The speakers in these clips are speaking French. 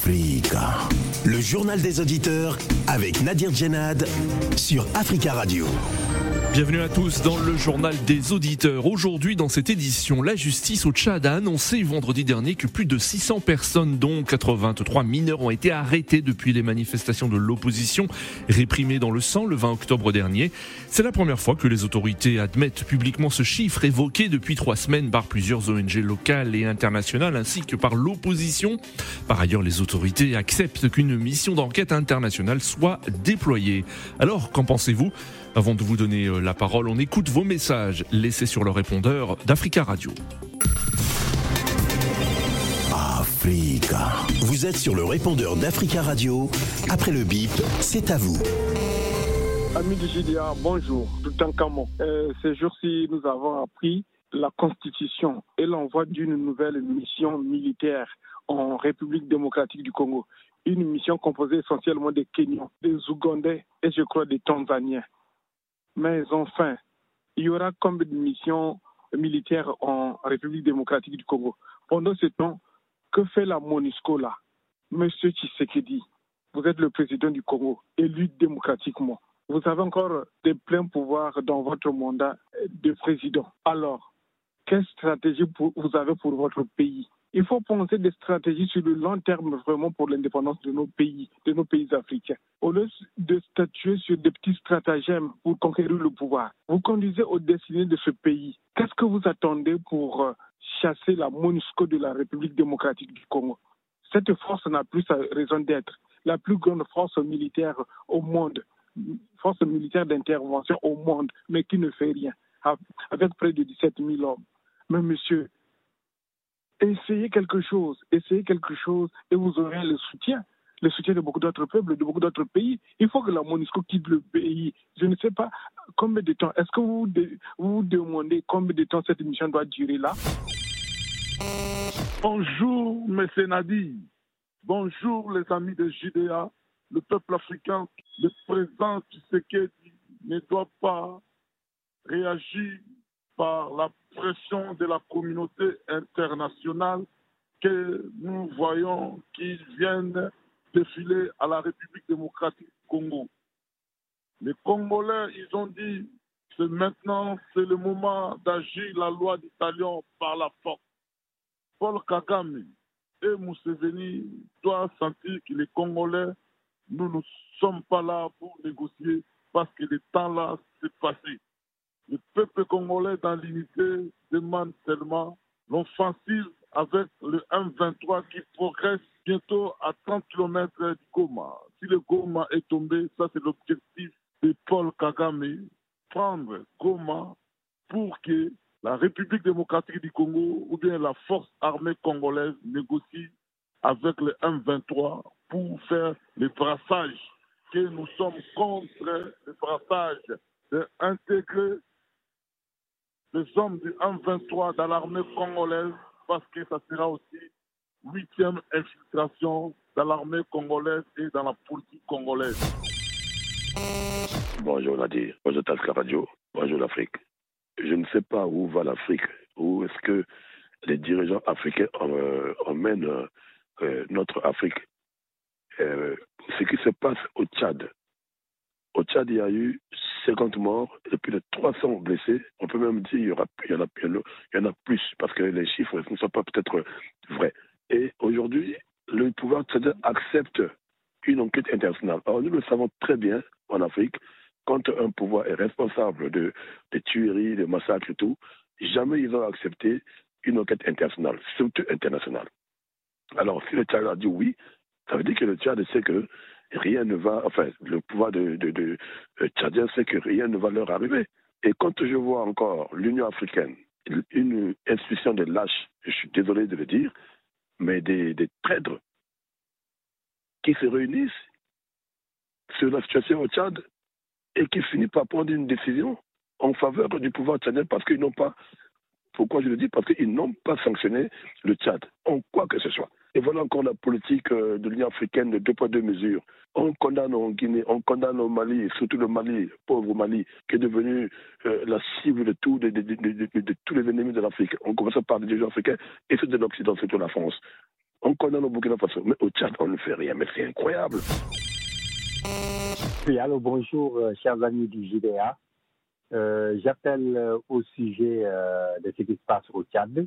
Africa. Le journal des auditeurs avec Nadir Djenad sur Africa Radio. Bienvenue à tous dans le journal des auditeurs. Aujourd'hui, dans cette édition, la justice au Tchad a annoncé vendredi dernier que plus de 600 personnes, dont 83 mineurs, ont été arrêtées depuis les manifestations de l'opposition réprimées dans le sang le 20 octobre dernier. C'est la première fois que les autorités admettent publiquement ce chiffre évoqué depuis 3 semaines par plusieurs ONG locales et internationales ainsi que par l'opposition. Par ailleurs, les autorités acceptent qu'une mission d'enquête internationale soit déployée. Alors, qu'en pensez-vous ? Avant de vous donner la parole, on écoute vos messages laissés sur le répondeur d'Africa Radio. Africa. Vous êtes sur le répondeur d'Africa Radio. Après le bip, c'est à vous. Amis du JDA, bonjour. Tout en Camon. Ces jours-ci, nous avons appris la Constitution et l'envoi d'une nouvelle mission militaire en République démocratique du Congo. Une mission composée essentiellement des Kenyans, des Ougandais et je crois des Tanzaniens. Mais enfin, il y aura combien de missions militaires en République démocratique du Congo? Pendant ce temps, que fait la MONUSCO là? Monsieur Tshisekedi, vous êtes le président du Congo, élu démocratiquement. Vous avez encore des pleins pouvoirs dans votre mandat de président. Alors, quelle stratégie vous avez pour votre pays? Il faut penser des stratégies sur le long terme vraiment pour l'indépendance de nos pays africains. Au lieu de statuer sur des petits stratagèmes pour conquérir le pouvoir, vous conduisez aux destinées de ce pays. Qu'est-ce que vous attendez pour chasser la MONUSCO de la République démocratique du Congo? Cette force n'a plus sa raison d'être. La plus grande force militaire au monde, force militaire d'intervention au monde, mais qui ne fait rien, avec près de 17 000 hommes. Mais monsieur, essayez quelque chose et vous aurez le soutien de beaucoup d'autres peuples, de beaucoup d'autres pays. Il faut que la MONUSCO quitte le pays. Je ne sais pas combien de temps. Est-ce que vous vous demandez combien de temps cette mission doit durer là? Bonjour, M. Nadi. Bonjour, les amis de JDA. Le peuple africain, le président Tshisekedi ne doit pas réagir par la pression de la communauté internationale que nous voyons qui viennent défiler à la République démocratique du Congo. Les Congolais, ils ont dit, c'est maintenant, c'est le moment d'agir la loi du talion par la force. Paul Kagame et Museveni doivent sentir que les Congolais, nous ne sommes pas là pour négocier parce que le temps là, c'est passé. Le peuple congolais dans l'unité demande seulement l'offensive avec le M23 qui progresse bientôt à 30 km du Goma. Si le Goma est tombé, ça c'est l'objectif de Paul Kagame, prendre Goma pour que la République démocratique du Congo ou bien la force armée congolaise négocie avec le M23 pour faire le brassage, que nous sommes contre le brassage, d'intégrer les hommes du M23 dans l'armée congolaise parce que ça sera aussi 8e infiltration dans l'armée congolaise et dans la politique congolaise. Bonjour Nadir, bonjour Africa Radio, bonjour l'Afrique. Je ne sais pas où va l'Afrique, où est-ce que les dirigeants africains emmènent notre Afrique. Ce qui se passe au Tchad. Au Tchad, il y a eu 50 morts et plus de 300 blessés. On peut même dire qu'il y en a plus parce que les chiffres ne sont pas peut-être vrais. Et aujourd'hui, le pouvoir tchadien accepte une enquête internationale. Alors nous le savons très bien en Afrique, quand un pouvoir est responsable de tueries, de massacres et tout, jamais ils vont accepter une enquête internationale, surtout internationale. Alors si le Tchad a dit oui, ça veut dire que le Tchad sait que rien ne va, enfin, le pouvoir de tchadien sait que rien ne va leur arriver. Et quand je vois encore l'Union africaine, une institution de lâches, je suis désolé de le dire, mais des traîtres qui se réunissent sur la situation au Tchad et qui finissent par prendre une décision en faveur du pouvoir tchadien parce qu'ils n'ont pas, pourquoi je le dis, parce qu'ils n'ont pas sanctionné le Tchad, en quoi que ce soit. Et voilà encore la politique de l'Union africaine de 2 poids 2 mesures. On condamne en Guinée, on condamne au Mali, surtout le Mali, pauvre Mali, qui est devenu la cible de tous les ennemis de l'Afrique. On commence par les dirigeants africains et ceux de l'Occident, surtout la France. On On condamne au Burkina Faso, mais au Tchad, on ne fait rien. Mais c'est incroyable. Oui, alors bonjour, chers amis du JDA. J'appelle au sujet de ce qui se passe au Tchad.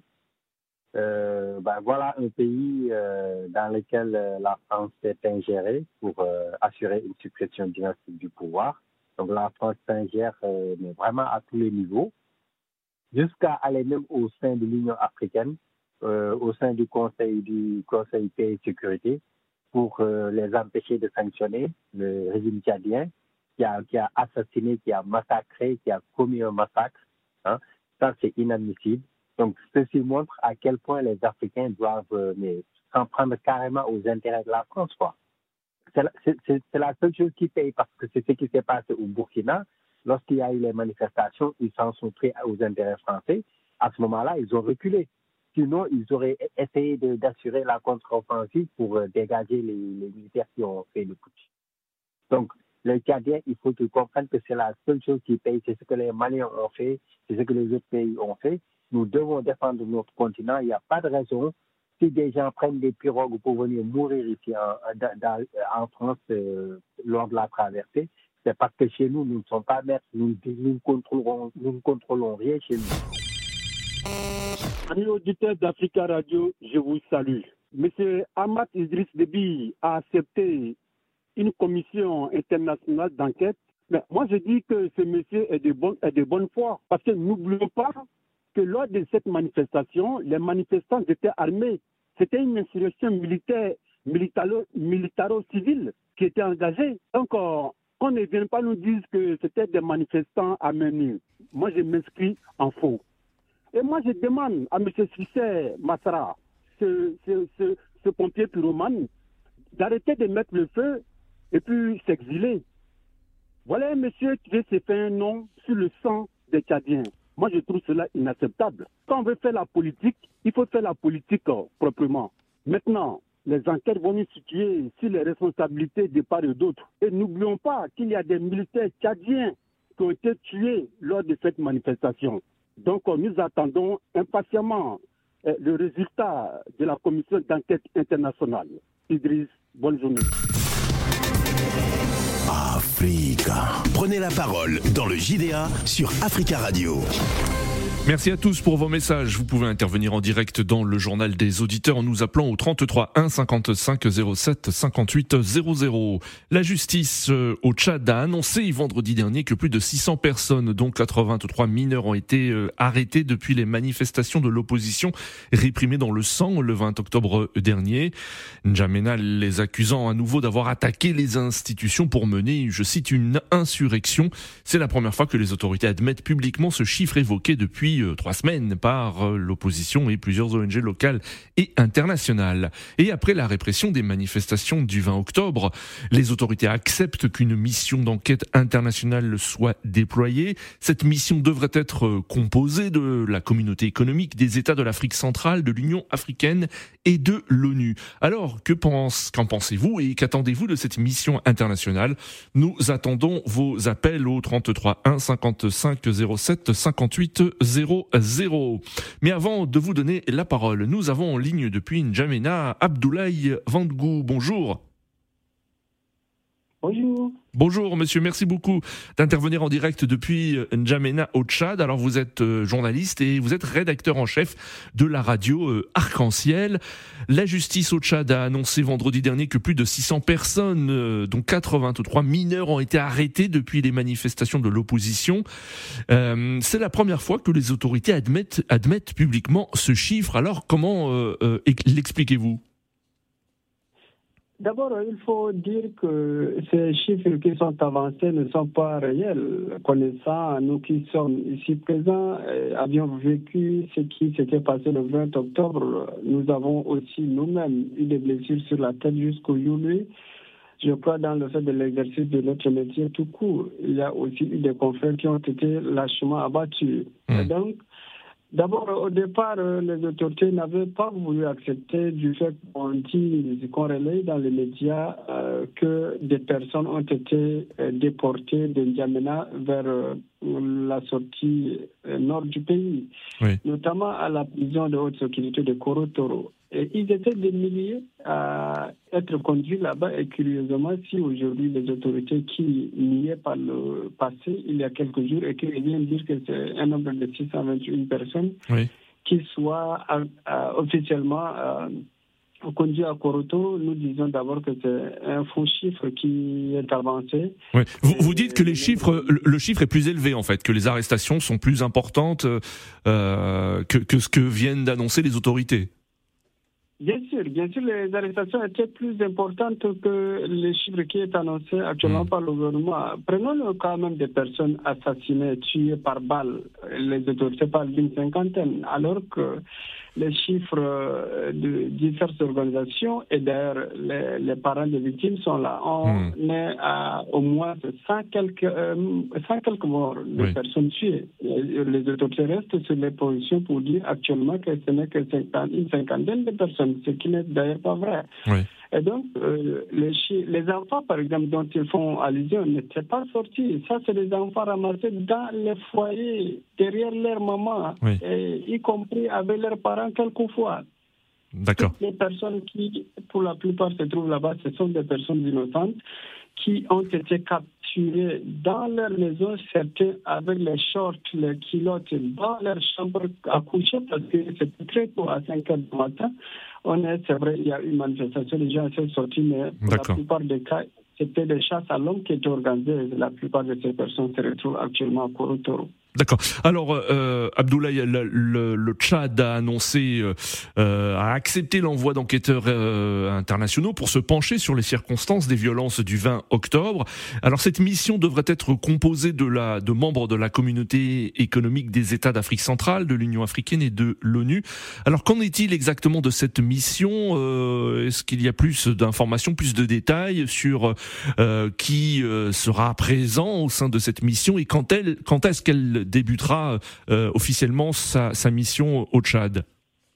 Voilà un pays dans lequel la France s'est ingérée pour assurer une succession dynastique du pouvoir. Donc la France s'ingère mais vraiment à tous les niveaux, jusqu'à aller même au sein de l'Union africaine, au sein du Conseil paix et sécurité, pour les empêcher de sanctionner le régime tchadien qui a assassiné, qui a massacré, qui a commis un massacre. Hein. Ça, c'est inadmissible. Donc, ceci montre à quel point les Africains doivent s'en prendre carrément aux intérêts de la France, quoi. C'est la seule chose qui paye, parce que c'est ce qui s'est passé au Burkina. Lorsqu'il y a eu les manifestations, ils s'en sont pris aux intérêts français. À ce moment-là, ils ont reculé. Sinon, ils auraient essayé d'assurer la contre-offensive pour dégager les militaires qui ont fait le putsch. Donc, les Tchadiens, il faut qu'ils comprennent que c'est la seule chose qui paye. C'est ce que les Maliens ont fait, c'est ce que les autres pays ont fait. Nous devons défendre notre continent. Il n'y a pas de raison. Si des gens prennent des pirogues pour venir mourir ici en France lors de la traversée, c'est parce que chez nous, nous ne sommes pas maîtres. Nous ne contrôlons rien chez nous. Amis auditeurs d'Africa Radio, je vous salue. Monsieur Ahmad Idriss Déby a accepté une commission internationale d'enquête. Mais moi, je dis que ce monsieur est de bonne foi. Parce que n'oublions pas que lors de cette manifestation, les manifestants étaient armés. C'était une insurrection militaro-civile qui était engagée. Donc, qu'on ne vienne pas nous dire que c'était des manifestants à main nue. Moi, je m'inscris en faux. Et moi, je demande à M. Cissé Massara, ce pompier pyromane, d'arrêter de mettre le feu et puis s'exiler. Voilà un monsieur qui s'est fait un nom sur le sang des Tchadiens. Moi, je trouve cela inacceptable. Quand on veut faire la politique, il faut faire la politique proprement. Maintenant, les enquêtes vont nous situer sur les responsabilités de part et d'autre. Et n'oublions pas qu'il y a des militaires tchadiens qui ont été tués lors de cette manifestation. Donc, nous attendons impatiemment le résultat de la commission d'enquête internationale. Idriss, bonne journée. Africa. Prenez la parole dans le JDA sur Africa Radio. Merci à tous pour vos messages. Vous pouvez intervenir en direct dans le journal des auditeurs en nous appelant au 33 1 55 07 58 00. La justice au Tchad a annoncé vendredi dernier que plus de 600 personnes, dont 83 mineurs, ont été arrêtées depuis les manifestations de l'opposition réprimées dans le sang le 20 octobre dernier. N'Djamena les accusant à nouveau d'avoir attaqué les institutions pour mener, je cite, une insurrection. C'est la première fois que les autorités admettent publiquement ce chiffre évoqué depuis 3 semaines par l'opposition et plusieurs ONG locales et internationales. Et après la répression des manifestations du 20 octobre, les autorités acceptent qu'une mission d'enquête internationale soit déployée. Cette mission devrait être composée de la communauté économique, des États de l'Afrique centrale, de l'Union africaine et de l'ONU. Alors, qu'en pensez-vous et qu'attendez-vous de cette mission internationale ? Nous attendons vos appels au 33 1 55 07 58 00. Mais avant de vous donner la parole, nous avons en ligne depuis N'Djamena Abdoulaye Vandgou. Bonjour. Bonjour. Bonjour monsieur, merci beaucoup d'intervenir en direct depuis N'Djamena au Tchad. Alors vous êtes journaliste et vous êtes rédacteur en chef de la radio Arc-en-Ciel. La justice au Tchad a annoncé vendredi dernier que plus de 600 personnes, dont 83 mineurs, ont été arrêtés depuis les manifestations de l'opposition. C'est la première fois que les autorités admettent publiquement ce chiffre. Alors comment l'expliquez-vous ? D'abord, il faut dire que ces chiffres qui sont avancés ne sont pas réels. Connaissant, nous qui sommes ici présents, avions vécu ce qui s'était passé le 20 octobre. Nous avons aussi nous-mêmes eu des blessures sur la tête jusqu'au genou. Je crois dans le fait de l'exercice de notre métier tout court. Il y a aussi eu des confrères qui ont été lâchement abattus. Et donc, d'abord, au départ, les autorités n'avaient pas voulu accepter du fait qu'on relaye dans les médias que des personnes ont été déportées de N'Djamena vers la sortie nord du pays, notamment à la prison de haute sécurité de Koro Toro. Et ils étaient des milliers à être conduits là-bas. Et curieusement, si aujourd'hui les autorités qui niaient par le passé, il y a quelques jours, et qui viennent dire que c'est un nombre de 621 personnes qui soient officiellement conduits à Koroto, nous disons d'abord que c'est un faux chiffre qui est avancé. Oui. Vous dites que le chiffre est plus élevé en fait, que les arrestations sont plus importantes que ce que viennent d'annoncer les autorités. Bien sûr, les arrestations étaient plus importantes que les chiffres qui est annoncé actuellement par le gouvernement. Prenons le cas même des personnes assassinées, tuées par balle. Les autorités parlent d'une cinquantaine, alors que les chiffres de diverses organisations, et d'ailleurs les parents des victimes sont là. On est à au moins 100 quelques morts de personnes tuées. Les autorités restent sur les positions pour dire actuellement que ce n'est que une cinquantaine de personnes, ce qui n'est d'ailleurs pas vrai. Oui. Et donc, les enfants, par exemple, dont ils font allusion, n'étaient pas sortis. Ça, c'est des enfants ramassés dans les foyers, derrière leur maman, et y compris avec leurs parents quelquefois. D'accord. Toutes les personnes qui, pour la plupart, se trouvent là-bas, ce sont des personnes innocentes qui ont été capturées dans leur maison, certains avec les shorts, les culottes, dans leur chambre à coucher, parce que c'était très tôt, à 5 heures du matin. C'est vrai, il y a eu une manifestation, les gens sont sortis, mais pour la plupart des cas, c'était des chasses à l'homme qui étaient organisées. La plupart de ces personnes se retrouvent actuellement à Korotoro. D'accord. Alors, Abdoulaye, le Tchad a annoncé, a accepté l'envoi d'enquêteurs internationaux pour se pencher sur les circonstances des violences du 20 octobre. Alors, cette mission devrait être composée de membres de la communauté économique des États d'Afrique centrale, de l'Union africaine et de l'ONU. Alors, qu'en est-il exactement de cette mission ? Est-ce qu'il y a plus d'informations, plus de détails sur qui sera présent au sein de cette mission et quand est-ce qu'elle débutera officiellement sa mission au Tchad?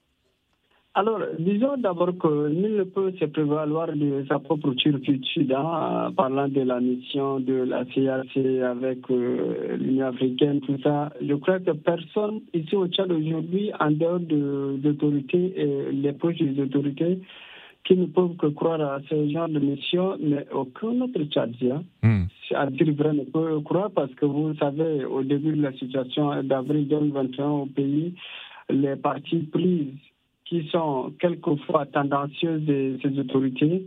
Alors, disons d'abord que nul ne peut se prévaloir de sa propre turpitude en parlant de la mission de la CAC avec l'Union africaine, tout ça. Je crois que personne ici au Tchad aujourd'hui, en dehors d'autorités et les proches des autorités, qui ne peuvent que croire à ce genre de mission, mais aucun autre Tchadien, à dire vrai, ne peut croire, parce que vous savez, au début de la situation d'avril 2021 au pays, les partis prises qui sont quelquefois tendancieuses de ces autorités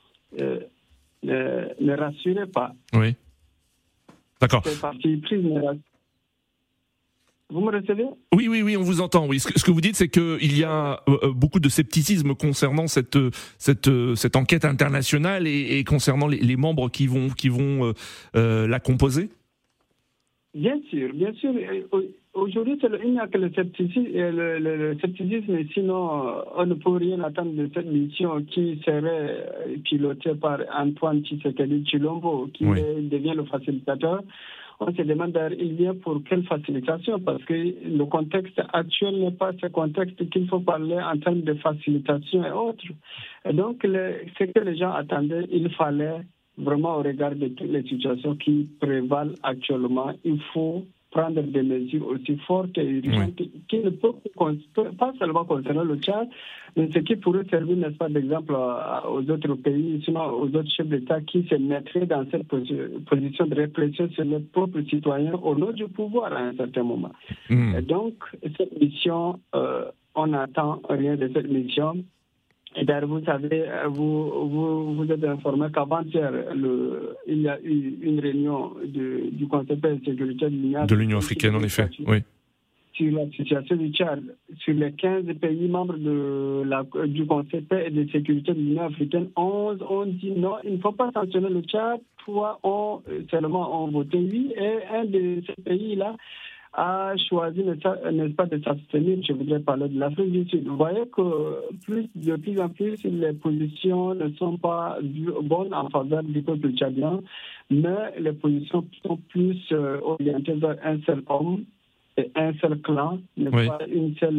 ne rassuraient pas. Oui. D'accord. Ces partis prises ne rassuraient. Vous me recevez ? Oui, on vous entend. Oui. Ce que vous dites, c'est qu'il y a beaucoup de scepticisme concernant cette enquête internationale et concernant les membres qui vont la composer. Bien sûr. Aujourd'hui, il n'y a que le scepticisme, sinon on ne peut rien attendre de cette mission qui serait pilotée par Antoine Tshisekedi Tshilombo, qui devient le facilitateur. On se demande d'ailleurs, il vient pour quelle facilitation, parce que le contexte actuel n'est pas ce contexte qu'il faut parler en termes de facilitation et autres. Et donc, ce que les gens attendaient, il fallait vraiment, au regard de toutes les situations qui prévalent actuellement, il faut prendre des mesures aussi fortes et urgentes qui ne peuvent pas seulement concerner le Tchad, mais ce qui pourrait servir, n'est-ce pas, d'exemple aux autres pays, sinon aux autres chefs d'État qui se mettraient dans cette position de répression sur leurs propres citoyens au nom du pouvoir à un certain moment. Et donc, cette mission, on n'attend rien de cette mission. Et d'ailleurs, vous savez, vous êtes informé qu'avant-hier, il y a eu une réunion du Conseil de sécurité de l'Union africaine, en effet, oui. Sur la situation du Tchad. Sur les 15 pays membres du Conseil et de sécurité de l'Union africaine, 11 ont dit non, il ne faut pas sanctionner le Tchad. 3 seulement ont voté oui. Et un de ces pays-là a choisi, n'est-ce pas, de s'abstenir. Je voudrais parler de l'Afrique du Sud. Vous voyez que de plus en plus, les positions ne sont pas bonnes en faveur du peuple tchadien, mais les positions sont plus orientées vers un seul homme et un seul clan, n'est-ce pas,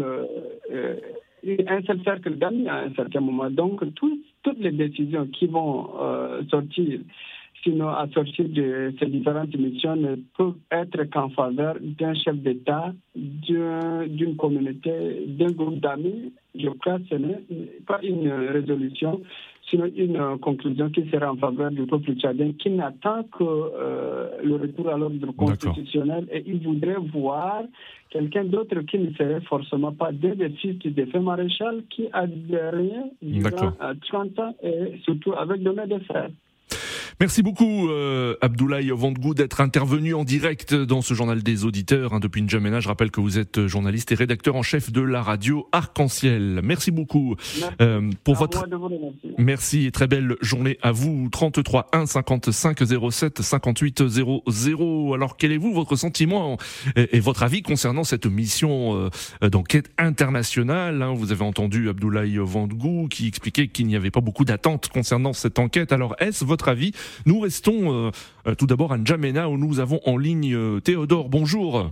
un seul cercle d'amis à un certain moment. Donc, toutes les décisions qui vont sortir sinon assortis de ces différentes missions, ne peuvent être qu'en faveur d'un chef d'État, d'une communauté, d'un groupe d'amis. Je crois que ce n'est pas une résolution, sinon une conclusion qui sera en faveur du peuple tchadien qui n'attend que le retour à l'ordre constitutionnel. Et il voudrait voir quelqu'un d'autre qui ne serait forcément pas des fils du défunt maréchal qui a rien durant 30 ans et surtout avec de mes frères. Merci beaucoup Abdoulaye Wandgou d'être intervenu en direct dans ce journal des auditeurs depuis N'Djamena. Je rappelle que vous êtes journaliste et rédacteur en chef de la radio Arc-en-Ciel. Merci beaucoup pour votre merci et très belle journée à vous. 33 1 55 07 58 00. Alors quel est votre sentiment et votre avis concernant cette mission d'enquête internationale? Vous avez entendu Abdoulaye Wandgou qui expliquait qu'il n'y avait pas beaucoup d'attentes concernant cette enquête. Alors est-ce votre avis? Nous restons tout d'abord à N'Djamena où nous avons en ligne Théodore. Bonjour.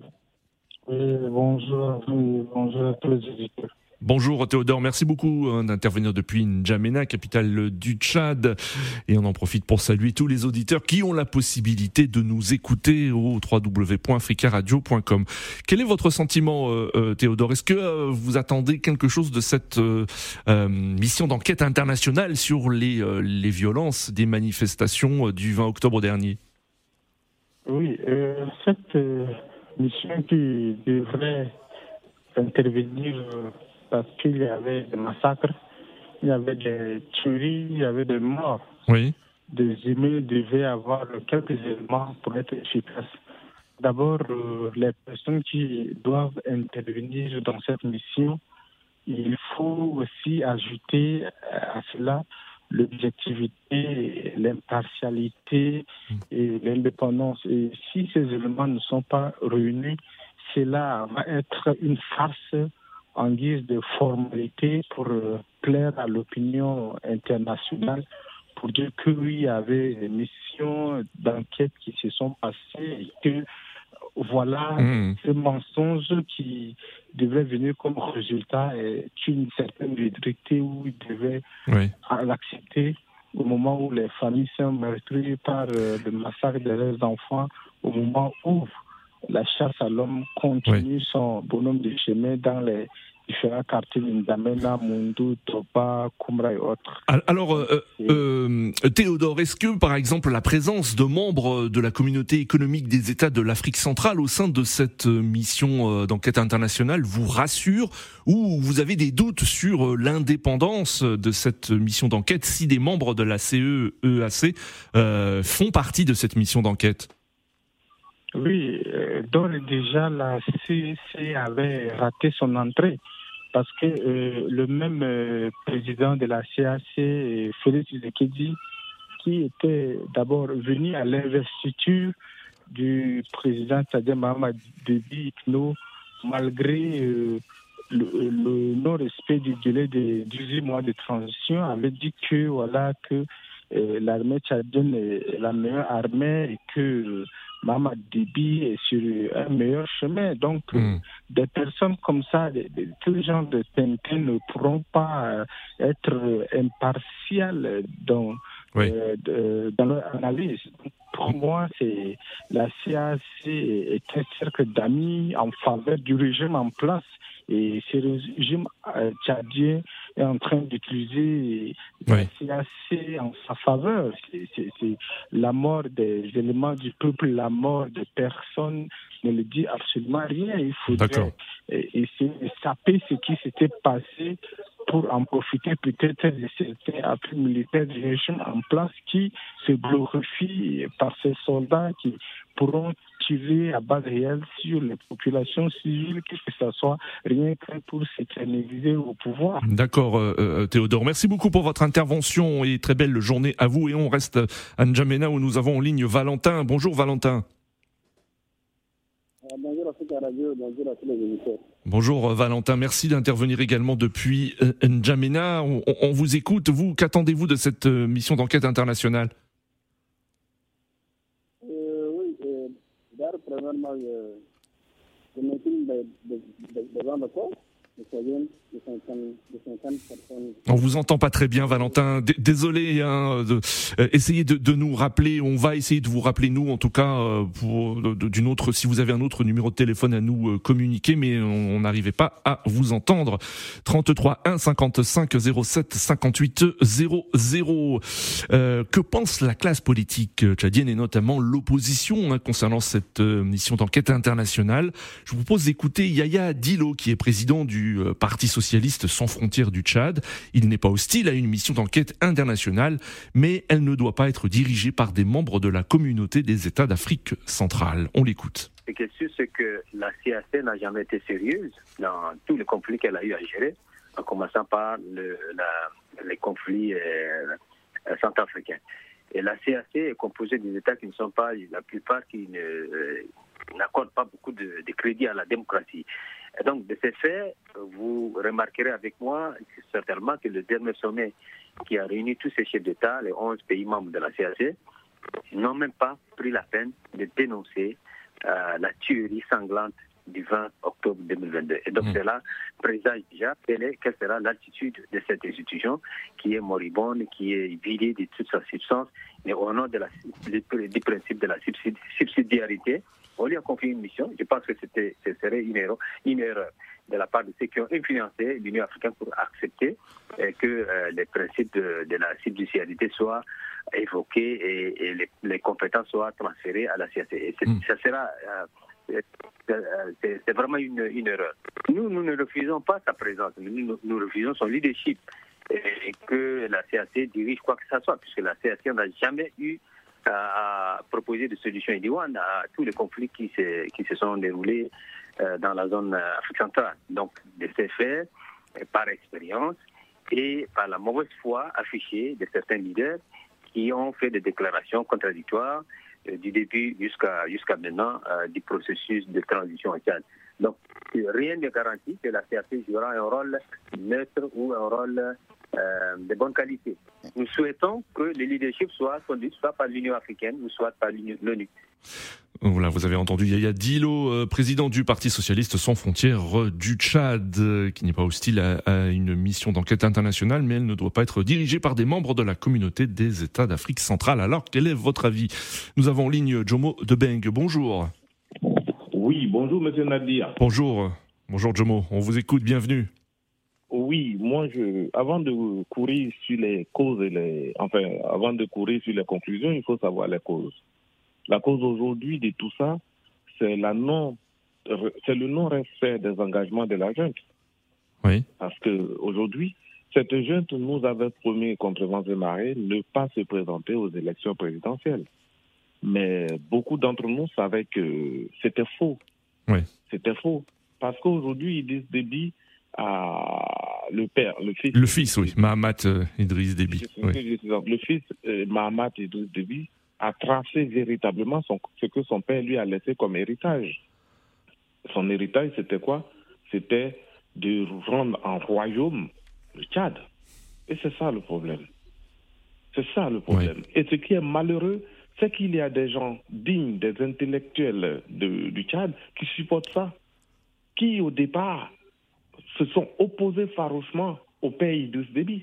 Oui, bonjour à tous les auditeurs. Bonjour Théodore, merci beaucoup d'intervenir depuis N'Djamena, capitale du Tchad. Et on en profite pour saluer tous les auditeurs qui ont la possibilité de nous écouter au www.africaradio.com. Quel est votre sentiment Théodore? Est-ce que vous attendez quelque chose de cette mission d'enquête internationale sur les violences des manifestations du 20 octobre dernier? Oui, cette mission qui devrait intervenir parce qu'il y avait des massacres, il y avait des tueries, il y avait des morts. Oui. Des humains devaient avoir quelques éléments pour être efficaces. D'abord, les personnes qui doivent intervenir dans cette mission, il faut aussi ajouter à cela l'objectivité, l'impartialité et l'indépendance. Et si ces éléments ne sont pas réunis, cela va être une farce en guise de formalité pour plaire à l'opinion internationale, pour dire que oui, il y avait des missions d'enquête qui se sont passées et que voilà, ce mensonge qui devait venir comme résultat est une certaine vérité où ils devaient l'accepter au moment où les familles sont meurtries par le massacre de leurs enfants, au moment où la chasse à l'homme continue son bonhomme de chemin dans les différents quartiers d'N'Djamena, Moundou, Toba, Koumra et autres. Alors, Théodore, est-ce que, par exemple, la présence de membres de la communauté économique des États de l'Afrique centrale au sein de cette mission d'enquête internationale vous rassure ou vous avez des doutes sur l'indépendance de cette mission d'enquête si des membres de la CEEAC font partie de cette mission d'enquête? Oui, d'ores et déjà, la CEC avait raté son entrée parce que le même président de la CAC, Félix Tshisekedi, qui était d'abord venu à l'investiture du président Tchadien Mahamat Déby Itno, malgré le non-respect du délai de 18 mois de transition, avait dit que l'armée tchadienne est la meilleure armée et que Mahamat Déby est sur un meilleur chemin. Donc, des personnes comme ça, tous les gens de Tintin ne pourront pas être impartiales dans leur analyse. Pour moi, c'est la CAC est un cercle d'amis en faveur du régime en place. Et ce régime tchadien est en train d'utiliser la CAC en sa faveur. C'est la mort des éléments du peuple, la mort des personnes ne le dit absolument rien. Il faudrait essayer de saper ce qui s'était passé pour en profiter peut-être de certains appuis militaires du régime en place qui se glorifient par ces soldats qui pourront tirer à balles réelles sur les populations civiles, que ce soit rien que pour s'éterniser au pouvoir. D'accord, Théodore. Merci beaucoup pour votre intervention et très belle journée à vous. Et on reste à N'Djamena où nous avons en ligne Valentin. Bonjour Valentin. Bonjour Africa Radio, bonjour à tous les éditeurs. Bonjour Valentin, merci d'intervenir également depuis N'Djamena. On vous écoute, vous, qu'attendez-vous de cette mission d'enquête internationale? Premièrement, je m'exprime des gens de corps de 50 personnes. On vous entend pas très bien, Valentin. Désolé. Essayez de nous rappeler. On va essayer de vous rappeler, nous, en tout cas, d'une autre. Si vous avez un autre numéro de téléphone à nous communiquer, mais on n'arrivait pas à vous entendre. 33 1 55 07 58 00. Que pense la classe politique tchadienne et notamment l'opposition concernant cette mission d'enquête internationale? Je vous propose d'écouter Yaya Dillo, qui est président du Parti socialiste sans frontières du Tchad. Il n'est pas hostile à une mission d'enquête internationale, mais elle ne doit pas être dirigée par des membres de la communauté des États d'Afrique centrale. On l'écoute. Ce qui est sûr, c'est que la CAC n'a jamais été sérieuse dans tous les conflits qu'elle a eu à gérer, en commençant par les conflits centrafricains. Et la CAC est composée des États qui ne sont pas, la plupart qui n'accordent pas beaucoup de crédit à la démocratie. Et donc, de ces faits, vous remarquerez avec moi certainement que le dernier sommet qui a réuni tous ces chefs d'État, les 11 pays membres de la CAC, n'ont même pas pris la peine de dénoncer la tuerie sanglante du 20 octobre 2022. Et donc cela présage déjà quelle sera l'attitude de cette institution qui est moribonde, qui est vidée de toute sa substance, mais au nom du principe de la subsidiarité. On lui a confié une mission. Je pense que ce serait une erreur de la part de ceux qui ont influencé l'Union africaine pour accepter que les principes de la subsidiarité soient évoqués et les compétences soient transférées à la CAC. Et ça sera... c'est vraiment une erreur. Nous ne refusons pas sa présence, nous refusons son leadership et que la CAC dirige quoi que ce soit, puisque la CAC n'a jamais eu à proposer de solutions idoines à tous les conflits qui se sont déroulés dans la zone Afrique centrale. Donc, de ces faits, par expérience et par la mauvaise foi affichée de certains leaders qui ont fait des déclarations contradictoires du début jusqu'à maintenant du processus de transition au Tchad. Donc, rien ne garantit que la CAC jouera un rôle neutre ou un rôle de bonne qualité. Nous souhaitons que le leadership soit conduit soit par l'Union africaine ou soit par l'ONU. Voilà, vous avez entendu Yaya Dillo, président du Parti socialiste sans frontières du Tchad, qui n'est pas hostile à une mission d'enquête internationale, mais elle ne doit pas être dirigée par des membres de la communauté des États d'Afrique centrale. Alors, quel est votre avis? Nous avons en ligne Jomo Debeng. Bonjour. Oui, bonjour Monsieur Nadia. Bonjour Jomo, on vous écoute, bienvenue. Oui, moi, avant de courir sur les causes avant de courir sur les conclusions, il faut savoir les causes. La cause aujourd'hui de tout ça, c'est le non-respect des engagements de la junte. Oui. Parce que aujourd'hui, cette junte nous avait promis contre vents et marées ne pas se présenter aux élections présidentielles. Mais beaucoup d'entre nous savaient que c'était faux. Oui. C'était faux. Parce qu'aujourd'hui, Idriss Déby le fils, oui, Mahamat Idriss Déby. Oui. Le fils Mahamat Idriss Déby a tracé véritablement ce que son père lui a laissé comme héritage. Son héritage, c'était quoi? C'était de rendre en royaume le Tchad. Et c'est ça le problème. C'est ça le problème. Oui. Et ce qui est malheureux, c'est qu'il y a des gens dignes, des intellectuels du Tchad qui supportent ça, qui au départ se sont opposés farouchement au père Idriss Déby.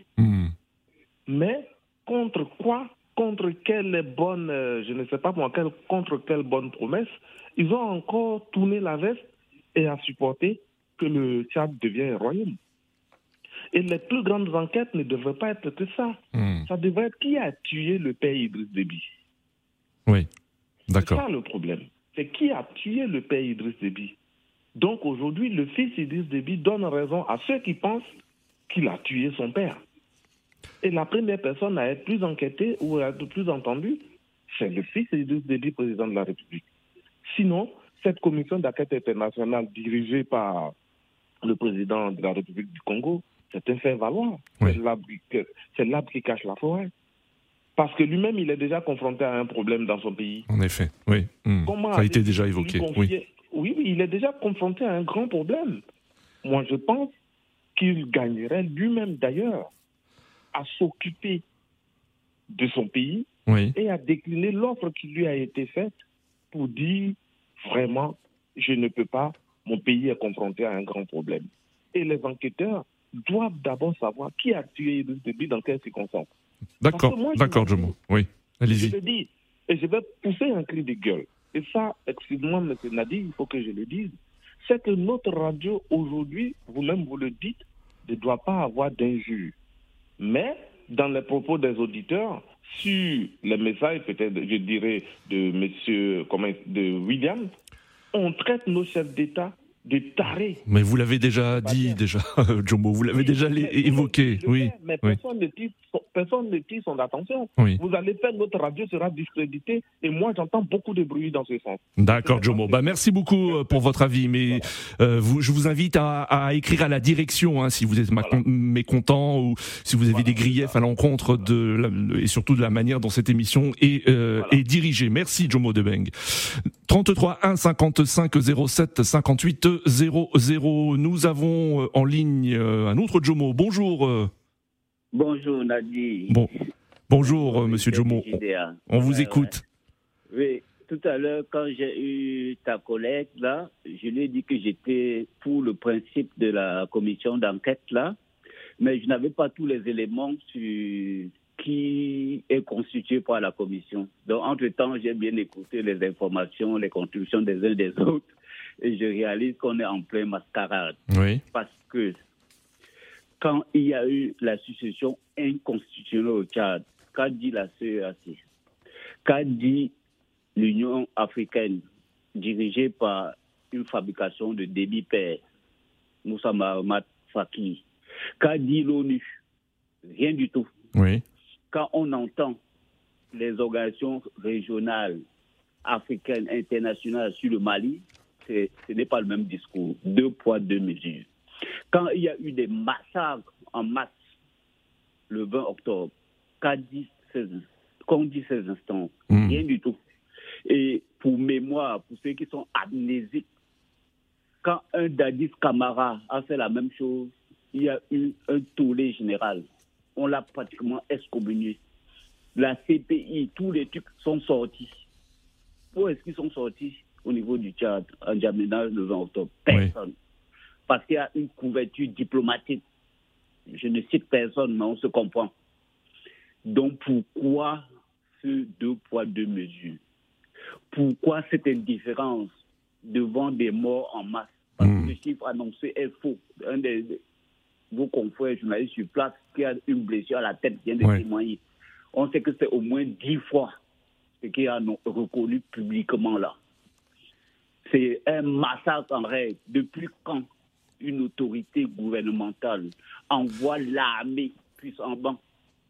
Mais contre quoi? Contre quelle bonne, je ne sais pas moi, contre quelle bonne promesse, ils ont encore tourné la veste et à supporter que le Tchad devienne un royaume. Et les plus grandes enquêtes ne devraient pas être que ça. Ça devrait être qui a tué le père Idriss Déby. Oui, d'accord. C'est ça le problème. C'est qui a tué le père Idriss Déby. Donc aujourd'hui, le fils Idriss Déby donne raison à ceux qui pensent qu'il a tué son père. Et la première personne à être plus enquêtée ou à être plus entendue, c'est le fils Idriss Déby, président de la République. Sinon, cette commission d'enquête internationale dirigée par le président de la République du Congo, c'est un fait-valoir. Oui. C'est l'arbre qui cache la forêt. Parce que lui-même, il est déjà confronté à un problème dans son pays. En effet, oui. Ça a été déjà évoqué. Oui, il est déjà confronté à un grand problème. Moi, je pense qu'il gagnerait lui-même, d'ailleurs, à s'occuper de son pays et à décliner l'offre qui lui a été faite pour dire, vraiment, je ne peux pas, mon pays est confronté à un grand problème. et les enquêteurs doivent d'abord savoir qui a tué Idriss Déby, dans quelles circonstances. D'accord, Jomo. Oui, allez-y. Je le dis, et je vais pousser un cri de gueule. Et ça, excuse-moi, M. Nadi, il faut que je le dise. C'est que notre radio, aujourd'hui, vous-même vous le dites, ne doit pas avoir d'injures. Mais, dans les propos des auditeurs, sur les messages, peut-être, je dirais, de William, on traite nos chefs d'État de tarés. Mais vous l'avez déjà dit, Jomo, vous l'avez déjà évoqué. Oui. Mais personne ne tire son attention. Oui. Vous allez faire, notre radio sera discréditée, et moi j'entends beaucoup de bruit dans ce sens. D'accord, Jomo. Merci beaucoup pour votre avis, mais je vous invite à écrire à la direction si vous êtes mécontent ou si vous avez des griefs à l'encontre et surtout de la manière dont cette émission est dirigée. Merci, Jomo Debeng. 33 1 55 07 58 00. Nous avons en ligne un autre Jomo. Bonjour. Bonjour Nadi. Bonjour Monsieur Jomo. On vous écoute. Oui, tout à l'heure quand j'ai eu ta collègue là, je lui ai dit que j'étais pour le principe de la commission d'enquête là, mais je n'avais pas tous les éléments sur qui est constitué par la commission. Donc entre-temps, j'ai bien écouté les informations, les contributions des uns des autres. Et je réalise qu'on est en pleine mascarade. Oui. Parce que quand il y a eu la succession inconstitutionnelle au Tchad, qu'a dit la CEAC, qu'a dit l'Union africaine, dirigée par une fabrication de Déby Père, Moussa Mahamat Faki, qu'a dit l'ONU, rien du tout. Oui. Quand on entend les organisations régionales, africaines, internationales sur le Mali, ce n'est pas le même discours. 2 poids, 2 mesures. Quand il y a eu des massacres en masse le 20 octobre, qu'ont dit ces instants? Rien du tout. Et pour mémoire, pour ceux qui sont amnésiques, quand un Dadis Camara a fait la même chose, il y a eu un tollé général. On l'a pratiquement excommunié. La CPI, tous les trucs sont sortis. Où est-ce qu'ils sont sortis? Au niveau du Tchad, en Djamena, le 20 octobre. Personne. Oui. Parce qu'il y a une couverture diplomatique. Je ne cite personne, mais on se comprend. Donc pourquoi ce 2 poids, 2 mesures? Pourquoi cette indifférence devant des morts en masse? Parce que le chiffre annoncé est faux. Un de vos confrères journalistes sur place qui a une blessure à la tête vient de témoigner. On sait que c'est au moins 10 fois ce qu'il a reconnu publiquement là. C'est un massacre en règle. Depuis quand une autorité gouvernementale envoie l'armée puissant banc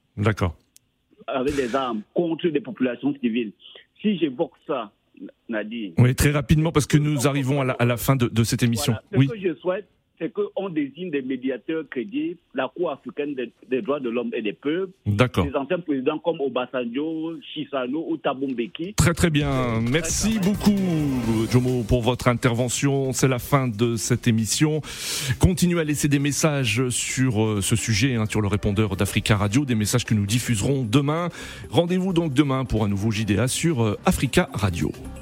avec des armes contre des populations civiles? Si j'évoque ça, Nadine... Oui, très rapidement, parce que nous arrivons à la fin de cette émission. Voilà. Ce que je souhaite, c'est qu'on désigne des médiateurs crédibles, la Cour africaine des droits de l'homme et des peuples, des anciens présidents comme Obasanjo, Chissano ou Thabo Mbeki. Très très bien, merci beaucoup Jomo pour votre intervention, c'est la fin de cette émission. Continuez à laisser des messages sur ce sujet, sur le répondeur d'Africa Radio, des messages que nous diffuserons demain. Rendez-vous donc demain pour un nouveau JDA sur Africa Radio.